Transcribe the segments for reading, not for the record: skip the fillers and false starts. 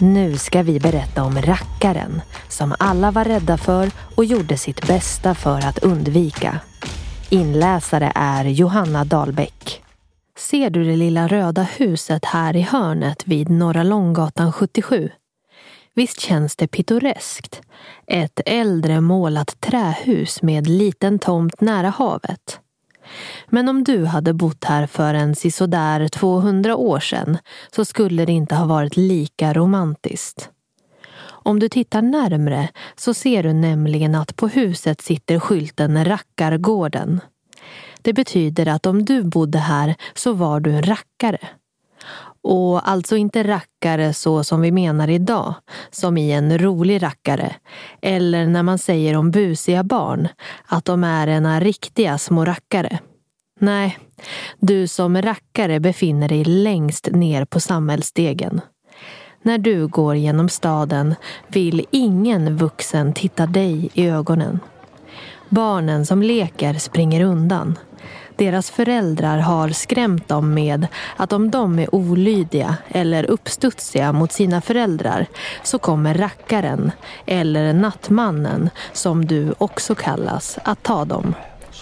Nu ska vi berätta om rackaren som alla var rädda för och gjorde sitt bästa för att undvika. Inläsare är Johanna Dahlbäck. Ser du det lilla röda huset här i hörnet vid Norra Långgatan 77? Visst känns det pittoreskt? Ett äldre målat trähus med liten tomt nära havet. Men om du hade bott här för en sisådär 200 år sedan så skulle det inte ha varit lika romantiskt. Om du tittar närmre så ser du nämligen att på huset sitter skylten Rackargården. Det betyder att om du bodde här så var du en rackare. Och alltså inte rackare så som vi menar idag, som i en rolig rackare. Eller när man säger om busiga barn, att de är ena riktiga små rackare. Nej, du som rackare befinner dig längst ner på samhällsstegen. När du går genom staden vill ingen vuxen titta dig i ögonen. Barnen som leker springer undan. Deras föräldrar har skrämt dem med att om de är olydiga eller uppstudsiga mot sina föräldrar så kommer rackaren, eller nattmannen som du också kallas, att ta dem.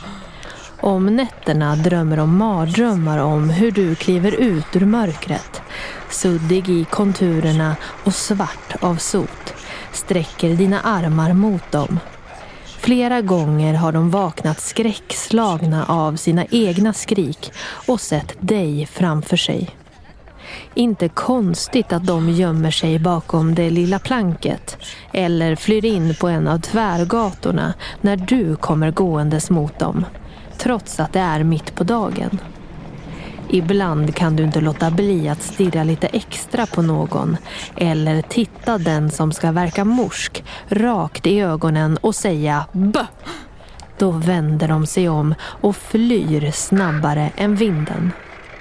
Om nätterna drömmer de mardrömmar om hur du kliver ut ur mörkret, suddig i konturerna och svart av sot, sträcker dina armar mot dem. Flera gånger har de vaknat skräckslagna av sina egna skrik och sett dig framför sig. Inte konstigt att de gömmer sig bakom det lilla planket eller flyr in på en av tvärgatorna när du kommer gåendes mot dem, trots att det är mitt på dagen. Ibland kan du inte låta bli att stirra lite extra på någon eller titta den som ska verka morsk rakt i ögonen och säga bö. Då vänder de sig om och flyr snabbare än vinden.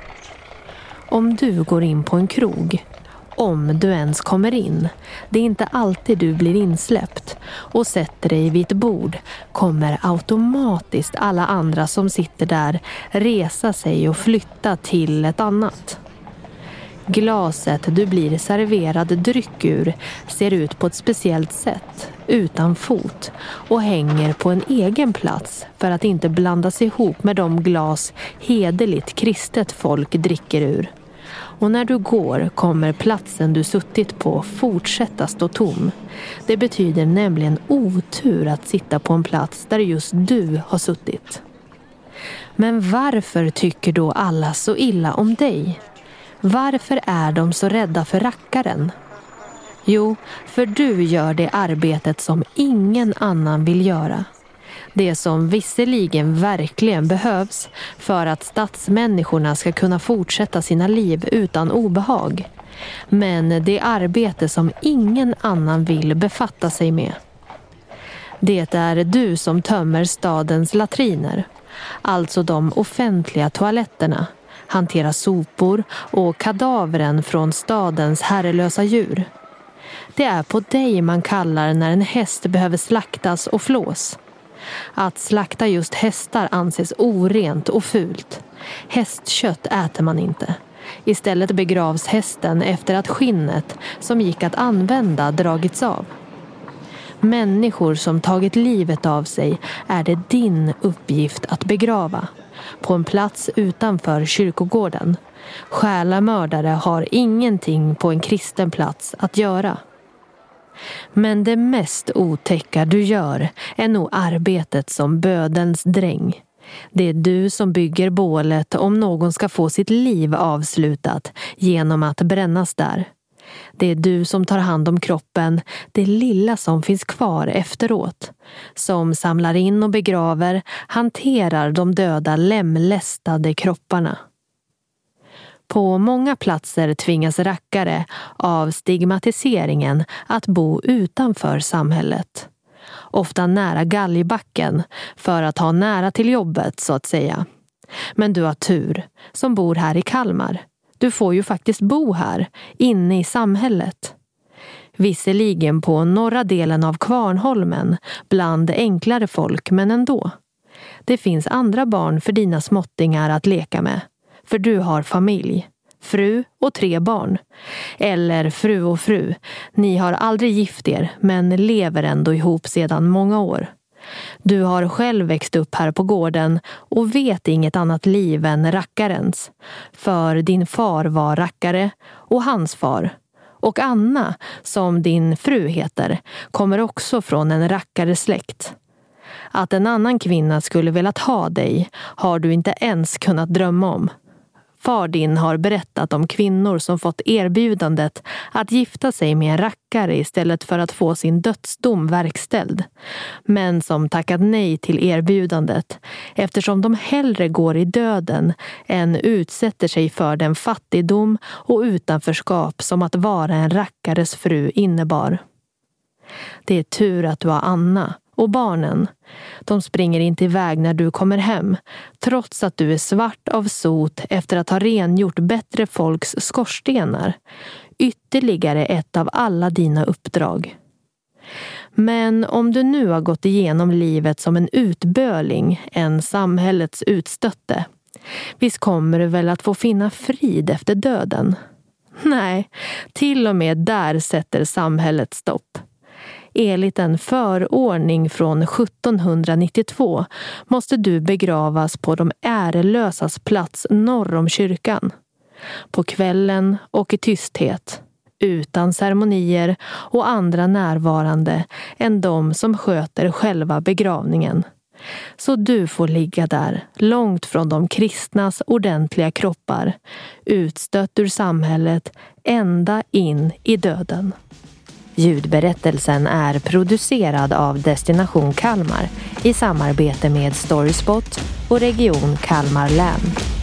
Om du går in på en krog, om du ens kommer in, det är inte alltid du blir insläppt, och sätter dig vid ett bord kommer automatiskt alla andra som sitter där resa sig och flytta till ett annat. Glaset du blir serverad dryck ur ser ut på ett speciellt sätt, utan fot, och hänger på en egen plats för att inte blandas ihop med de glas hederligt kristet folk dricker ur. Och när du går kommer platsen du suttit på fortsätta stå tom. Det betyder nämligen otur att sitta på en plats där just du har suttit. Men varför tycker då alla så illa om dig? Varför är de så rädda för rackaren? Jo, för du gör det arbetet som ingen annan vill göra. Det som visserligen verkligen behövs för att stadsmänniskorna ska kunna fortsätta sina liv utan obehag. Men det arbete som ingen annan vill befatta sig med. Det är du som tömmer stadens latriner, alltså de offentliga toaletterna, hanterar sopor och kadavren från stadens herrelösa djur. Det är på dig man kallar när en häst behöver slaktas och flås. Att slakta just hästar anses orent och fult. Hästkött äter man inte. Istället begravs hästen efter att skinnet som gick att använda dragits av. Människor som tagit livet av sig är det din uppgift att begrava. På en plats utanför kyrkogården. Själamördare har ingenting på en kristen plats att göra. Men det mest otäcka du gör är nog arbetet som bödens dräng. Det är du som bygger bålet om någon ska få sitt liv avslutat genom att brännas där. Det är du som tar hand om kroppen, det lilla som finns kvar efteråt. Som samlar in och begraver, hanterar de döda lemlästade kropparna. På många platser tvingas rackare av stigmatiseringen att bo utanför samhället. Ofta nära galgbacken för att ha nära till jobbet så att säga. Men du har tur som bor här i Kalmar. Du får ju faktiskt bo här, inne i samhället. Visserligen på norra delen av Kvarnholmen, bland enklare folk, men ändå. Det finns andra barn för dina småttingar att leka med. För du har familj. fru och 3 barn. Eller fru och fru, ni har aldrig gift er men lever ändå ihop sedan många år. Du har själv växt upp här på gården och vet inget annat liv än rackarens. För din far var rackare och hans far. Och Anna, som din fru heter, kommer också från en rackaresläkt. Att en annan kvinna skulle velat ha dig har du inte ens kunnat drömma om. Far din har berättat om kvinnor som fått erbjudandet att gifta sig med en rackare istället för att få sin dödsdom verkställd. Men som tackat nej till erbjudandet eftersom de hellre går i döden än utsätter sig för den fattigdom och utanförskap som att vara en rackares fru innebar. Det är tur att du har Anna och barnen. De springer inte iväg när du kommer hem, trots att du är svart av sot efter att ha rengjort bättre folks skorstenar. Ytterligare ett av alla dina uppdrag. Men om du nu har gått igenom livet som en utböling, en samhällets utstötte, visst kommer du väl att få finna frid efter döden? Nej, till och med där sätter samhället stopp. Enligt en förordning från 1792 måste du begravas på de ärelösas plats norr om kyrkan. På kvällen och i tysthet, utan ceremonier och andra närvarande än de som sköter själva begravningen. Så du får ligga där, långt från de kristnas ordentliga kroppar, utstött ur samhället, ända in i döden. Ljudberättelsen är producerad av Destination Kalmar i samarbete med Storyspot och Region Kalmar län.